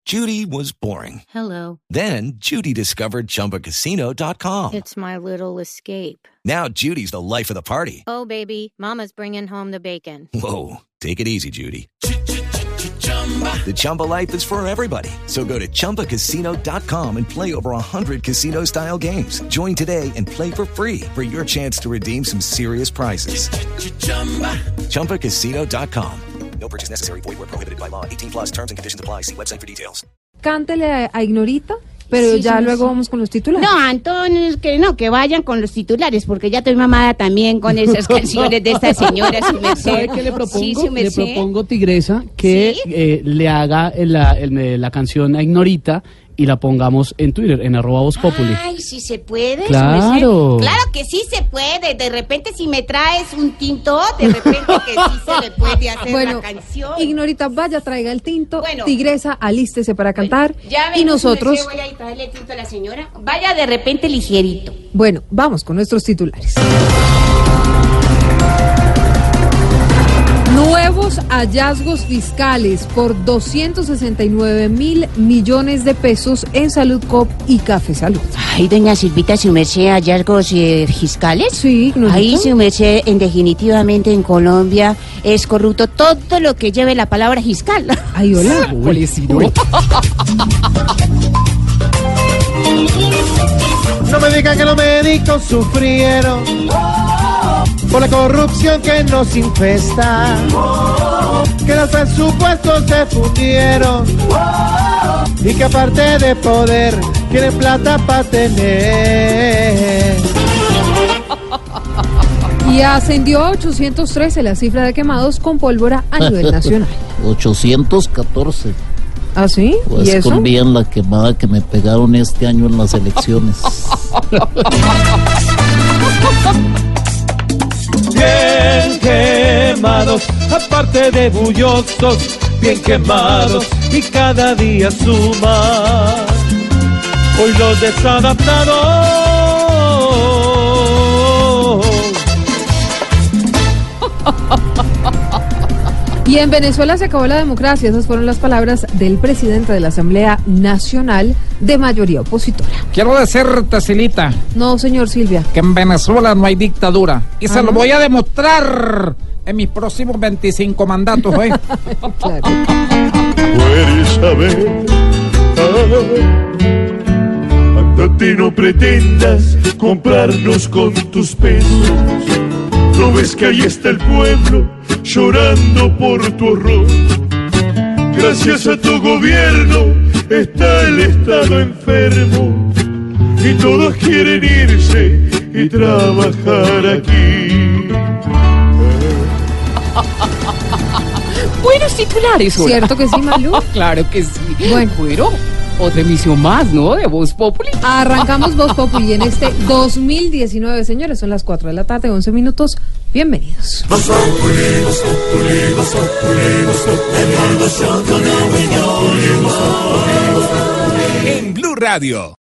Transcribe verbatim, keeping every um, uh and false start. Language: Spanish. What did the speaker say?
Judy was boring. Hello. Then Judy discovered Chumba Casino dot com. It's my little escape. Now Judy's the life of the party. Oh, baby, mama's bringing home the bacon. Whoa, take it easy, Judy. The Chumba life is for everybody. So go to Chumba Casino dot com and play over one hundred casino-style games. Join today and play for free for your chance to redeem some serious prizes. Chumba Casino dot com. No purchase necessary. Void where prohibited by law. eighteen plus terms and conditions apply. See website for details. Cántele a, a Ignorita, pero Sí, ya sí, luego sí. vamos con los titulares. No, Antonio, que no, que vayan con los titulares, porque ya estoy mamada también con esas canciones de esta señora, su merced. ¿Sabe qué le propongo? Sí, su Le merced. propongo, Tigresa, que ¿Sí? eh, le haga la, el- la canción a Ignorita y la pongamos en Twitter, en arroba Voz Populi. Ay, sí se puede, su Claro. merced. Claro que sí se puede. De repente, si me traes un tinto, de repente que sí se le puede hacer Bueno, la canción. Ignorita, vaya, traiga el tinto. Bueno. Tigresa, alístese para cantar. Ya y ven, su nosotros, merced, voy a ir a traerle tinto a la señora. Vaya de repente ligerito. bueno, vamos con nuestros titulares. Nuevos hallazgos fiscales por doscientos sesenta y nueve mil millones de pesos en Salud Cop y Café Salud. Ay, doña Silvita, su merced, hallazgos eh, fiscales. Sí, Ignorita. Ahí su merced, en definitivamente en Colombia es corrupto todo lo que lleve la palabra fiscal. Ay, hola. Uy, uy. No me digan que los médicos sufrieron por la corrupción que nos infesta, que los presupuestos se fundieron y que aparte de poder quieren plata para tener. Y ascendió a ochocientos trece la cifra de quemados con pólvora a nivel nacional. ochocientos catorce. ¿Ah, sí? ¿Y Pues eso? con bien la quemada que me pegaron este año en las elecciones. Bien quemados, aparte de bullosos, bien quemados y cada día suma. Hoy los desadaptados. Y en Venezuela se acabó la democracia. Esas fueron las palabras del presidente de la Asamblea Nacional de mayoría opositora. Quiero decirte, Silita, No, señor Silvia. que en Venezuela no hay dictadura. Y Ah, se lo ¿no? voy a demostrar en mis próximos veinticinco mandatos, ¿eh? Claro. Puedes saber, ah, a ti no pretendas comprarnos con tus pesos. ¿No ves que ahí está el pueblo llorando por tu horror? Gracias a tu gobierno está el Estado enfermo y todos quieren irse y trabajar aquí. Buenos titulares, hola. ¿Cierto que sí, Malú? Claro que sí. Bueno. Bueno, otra emisión más, ¿no? De Voz Populi. Arrancamos Voz Populi en este dos mil diecinueve, señores. Son las cuatro de la tarde, once minutos. Bienvenidos. En Blue Radio.